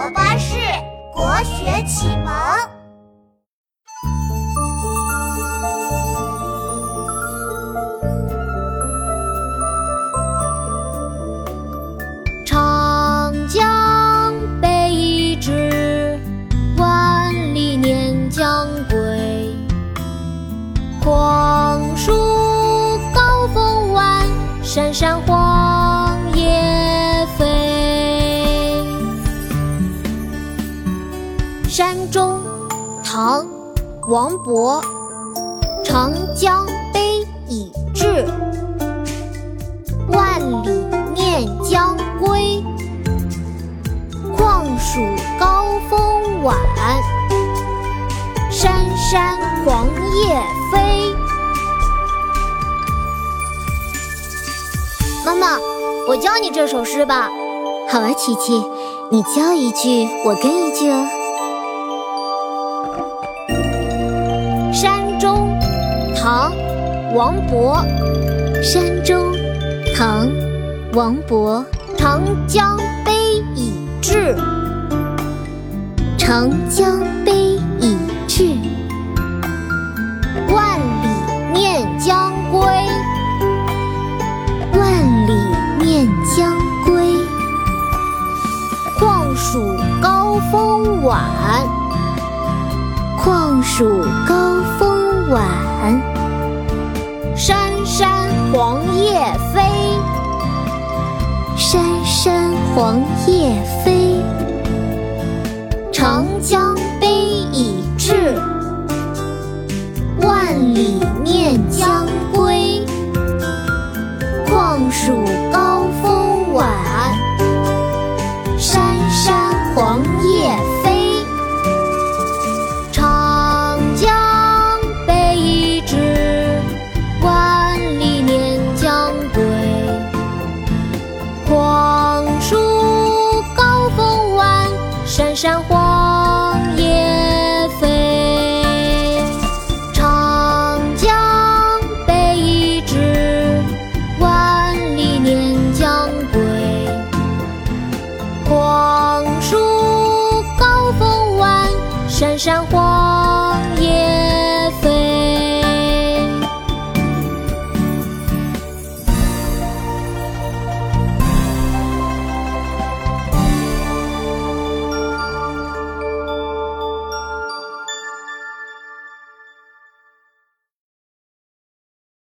巴士国学启蒙。 长江北之万里年将归，黄树高风晚，山山黄叶飞。山中，唐·王勃。长江悲已滞，万里念将归。况属高风晚，山山黄叶飞。妈妈，我教你这首诗吧。 好啊，琪琪，你教一句，我跟一句哦。 山中，唐·王勃。 山中，唐·王勃。 长江悲已滞， 长江悲已滞， 万里念将归。 万里念将归， 况属高风晚， 况属高风晚。 山山黄叶飞， 山山黄叶飞。 长江悲已滞，万里念将归。况属高风晚，山山黄